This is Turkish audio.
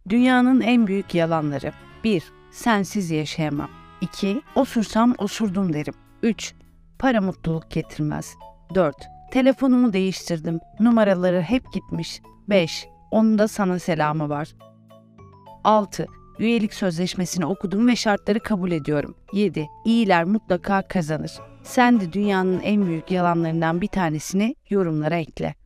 Dünyanın en büyük yalanları. 1. Sensiz yaşayamam. 2. Osursam osurdum derim. 3. Para mutluluk getirmez. 4. Telefonumu değiştirdim. Numaraları hep gitmiş. 5. Onun da sana selamı var. 6. Üyelik sözleşmesini okudum ve şartları kabul ediyorum. 7. İyiler mutlaka kazanır. Sen de dünyanın en büyük yalanlarından bir tanesini yorumlara ekle.